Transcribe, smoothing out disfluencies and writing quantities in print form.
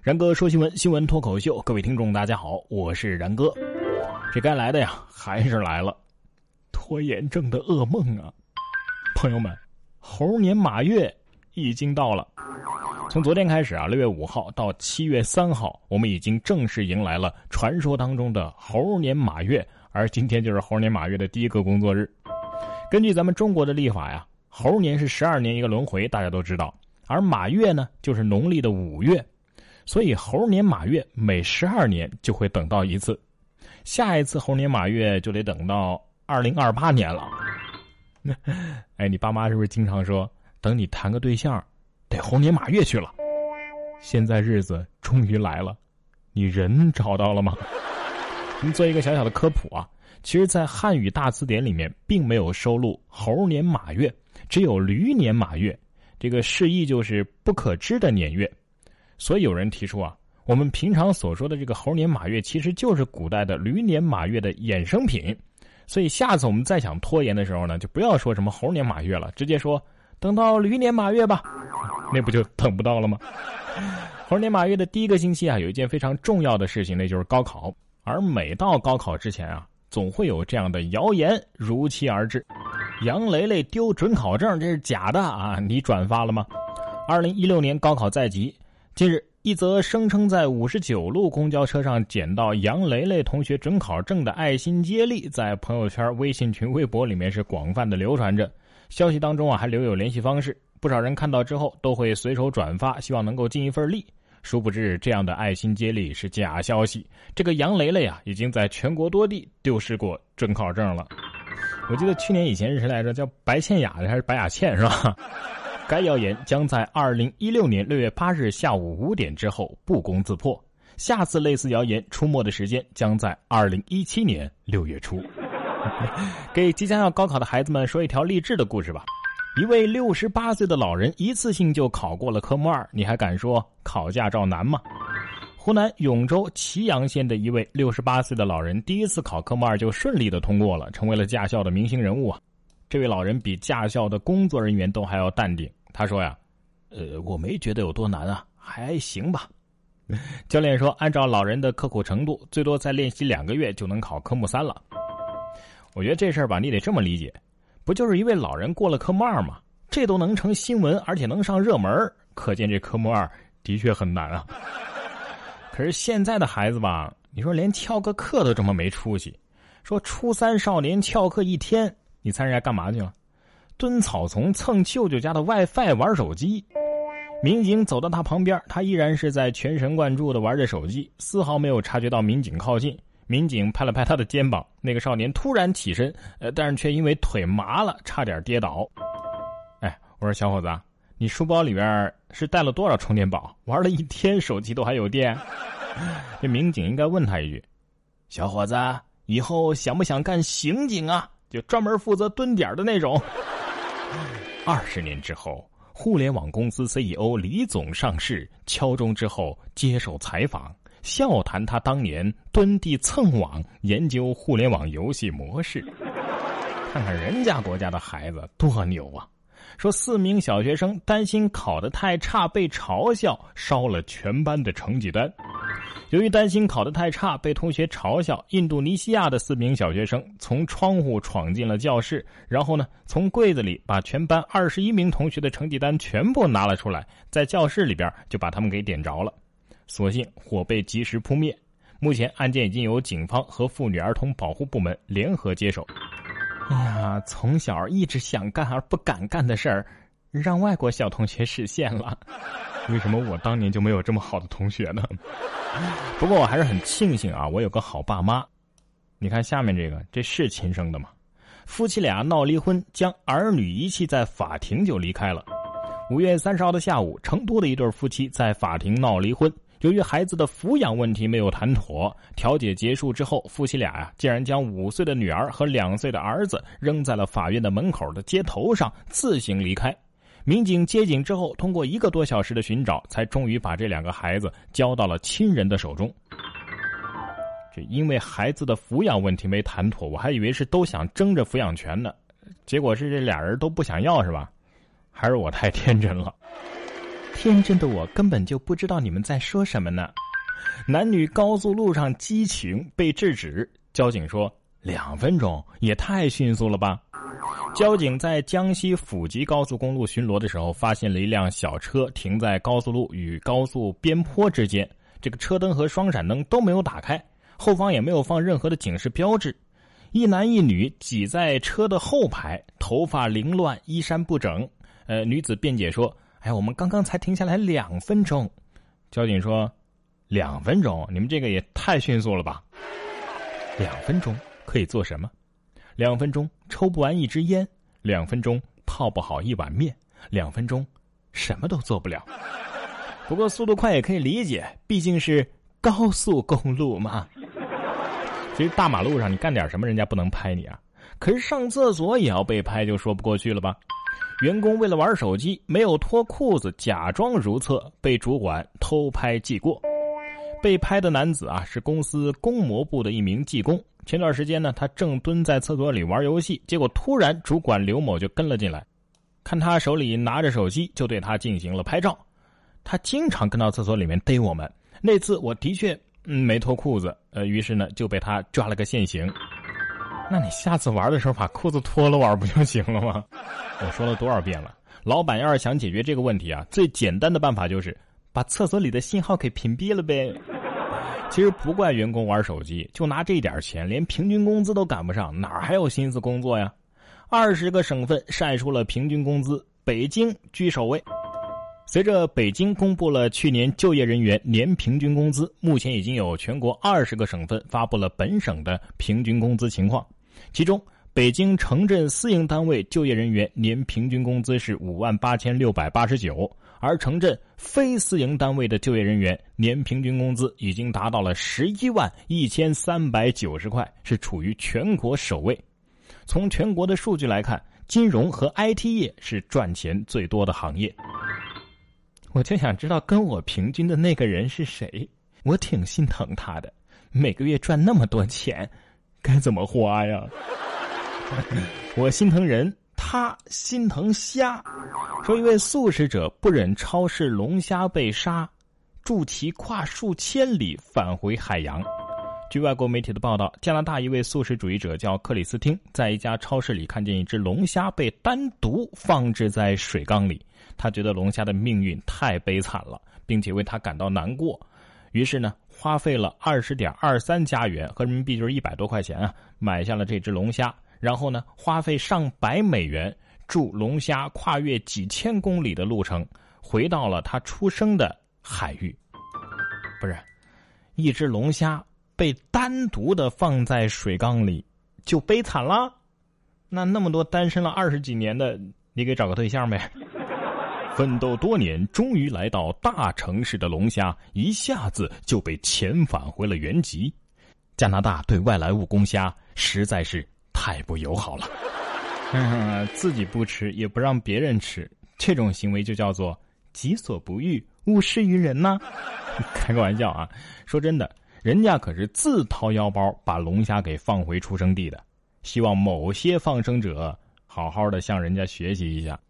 然哥说新闻，新闻脱口秀，各位听众大家好，我是然哥。这该来的呀还是来了，拖延症的噩梦啊！朋友们，猴年马月已经到了。从昨天开始啊，6月5号到7月3号，我们已经正式迎来了传说当中的猴年马月，而今天就是猴年马月的第一个工作日。根据咱们中国的历法呀，猴年是12年一个轮回，大家都知道，而马月呢就是农历的5月，所以猴年马月每12年就会等到一次，下一次猴年马月就得等到2028年了。哎，你爸妈是不是经常说，等你谈个对象得猴年马月去了？现在日子终于来了，你人找到了吗？我们做一个小小的科普啊，其实在汉语大词典里面并没有收录猴年马月，只有驴年马月，这个释义就是不可知的年月。所以有人提出啊，我们平常所说的这个猴年马月其实就是古代的驴年马月的衍生品。所以下次我们再想拖延的时候呢，就不要说什么猴年马月了，直接说等到驴年马月吧，那不就等不到了吗？猴年马月的第一个星期啊，有一件非常重要的事情，那就是高考。而每到高考之前啊，总会有这样的谣言如期而至。杨雷雷丢准考证，这是假的啊！你转发了吗？2016年高考在即，近日一则声称在59路公交车上捡到杨雷雷同学准考证的爱心接力，在朋友圈、微信群、微博里面是广泛的流传着。消息当中啊还留有联系方式，不少人看到之后都会随手转发，希望能够尽一份力。殊不知这样的爱心接力是假消息，这个杨雷雷啊已经在全国多地丢失过准考证了。我记得去年以前是谁来着，叫白倩雅还是白雅倩是吧？该谣言将在2016年6月8日下午5点之后不攻自破，下次类似谣言出没的时间将在2017年6月初。给即将要高考的孩子们说一条励志的故事吧。一位68岁的老人一次性就考过了科目2，你还敢说考驾照难吗？湖南永州祁阳县的一位68岁的老人第一次考科目2就顺利的通过了，成为了驾校的明星人物啊。这位老人比驾校的工作人员都还要淡定，他说呀，我没觉得有多难啊，还行吧。教练说，按照老人的刻苦程度，最多再练习2个月就能考科目3了。我觉得这事儿吧，你得这么理解，不就是一位老人过了科目2吗？这都能成新闻，而且能上热门，可见这科目2的确很难啊。可是现在的孩子吧，你说连翘个课都这么没出息，说初3少年翘课1天，你猜人家干嘛去了？蹲草丛蹭舅舅家的 WiFi 玩手机。民警走到他旁边，他依然是在全神贯注地玩着手机，丝毫没有察觉到民警靠近。民警拍了拍他的肩膀，那个少年突然起身，但是却因为腿麻了，差点跌倒。哎，我说小伙子，你书包里边是带了多少充电宝？玩了1天手机都还有电？这民警应该问他一句，小伙子，以后想不想干刑警啊？就专门负责蹲点的那种。20年之后，互联网公司 CEO 李总上市，敲钟之后接受采访，笑谈他当年蹲地蹭网研究互联网游戏模式。看看人家国家的孩子多牛啊！说4名小学生担心考得太差被嘲笑，烧了全班的成绩单。由于担心考得太差被同学嘲笑，印度尼西亚的4名小学生从窗户闯进了教室，然后呢，从柜子里把全班21名同学的成绩单全部拿了出来，在教室里边就把他们给点着了。所幸火被及时扑灭，目前案件已经由警方和妇女儿童保护部门联合接手。哎呀，从小一直想干而不敢干的事儿，让外国小同学实现了。为什么我当年就没有这么好的同学呢？不过我还是很庆幸啊，我有个好爸妈。你看下面这是亲生的吗？夫妻俩闹离婚，将儿女遗弃在法庭就离开了。5月30号的下午，成都的一对夫妻在法庭闹离婚。由于孩子的抚养问题没有谈妥，调解结束之后，夫妻俩竟然将5岁的女儿和2岁的儿子扔在了法院的门口的街头上，自行离开。民警接警之后，通过1个多小时的寻找，才终于把这2个孩子交到了亲人的手中。这因为孩子的抚养问题没谈妥，我还以为是都想争着抚养权呢，结果是这俩人都不想要是吧？还是我太天真了。 天真的我根本就不知道你们在说什么呢。男女高速路上激情被制止，交警说2分钟也太迅速了吧。交警在江西府吉高速公路巡逻的时候，发现了一辆小车停在高速路与高速边坡之间，这个车灯和双闪灯都没有打开，后方也没有放任何的警示标志。一男一女挤在车的后排，头发凌乱，衣衫不整。女子辩解说：“哎，我们刚刚才停下来2分钟。”交警说：“2分钟？你们这个也太迅速了吧！2分钟可以做什么？2分钟抽不完一支烟，2分钟泡不好一碗面，2分钟什么都做不了。不过速度快也可以理解，毕竟是高速公路嘛。其实大马路上你干点什么人家不能拍你啊，可是上厕所也要被拍，就说不过去了吧。员工为了玩手机没有脱裤子假装如厕，被主管偷拍记过。被拍的男子啊是公司工模部的一名技工，前段时间呢他正蹲在厕所里玩游戏，结果突然主管刘某就跟了进来，看他手里拿着手机就对他进行了拍照。他经常跟到厕所里面逮我们，那次我的确没脱裤子，于是呢就被他抓了个现行。那你下次玩的时候把裤子脱了玩不就行了吗？我说了多少遍了，老板要是想解决这个问题啊，最简单的办法就是把厕所里的信号给屏蔽了呗。其实不怪员工玩手机，就拿这点钱连平均工资都赶不上，哪还有心思工作呀？20个省份晒出了平均工资，北京居首位。随着北京公布了去年就业人员年平均工资，目前已经有全国20个省份发布了本省的平均工资情况。其中北京城镇私营单位就业人员年平均工资是58689，而城镇非私营单位的就业人员年平均工资已经达到了111390块，是处于全国首位。从全国的数据来看，金融和 IT 业是赚钱最多的行业。我就想知道跟我平均的那个人是谁，我挺心疼他的，每个月赚那么多钱，该怎么花呀？我心疼人，他心疼虾。说一位素食者不忍超市龙虾被杀，助其跨数千里返回海洋。据外国媒体的报道，加拿大一位素食主义者叫克里斯汀，在一家超市里看见一只龙虾被单独放置在水缸里，他觉得龙虾的命运太悲惨了，并且为他感到难过，于是呢花费了20.23加元，合人民币就是100多块钱啊，买下了这只龙虾，然后呢花费上百美元助龙虾跨越几千公里的路程，回到了他出生的海域。不是，一只龙虾被单独的放在水缸里就悲惨了？那么多单身了20几年的，你给找个对象呗。奋斗多年终于来到大城市的龙虾一下子就被遣返回了原籍。加拿大对外来务公虾实在是太不友好了。自己不吃也不让别人吃，这种行为就叫做己所不欲勿施于人呐。开个玩笑啊，说真的，人家可是自掏腰包把龙虾给放回出生地的，希望某些放生者好好的向人家学习一下。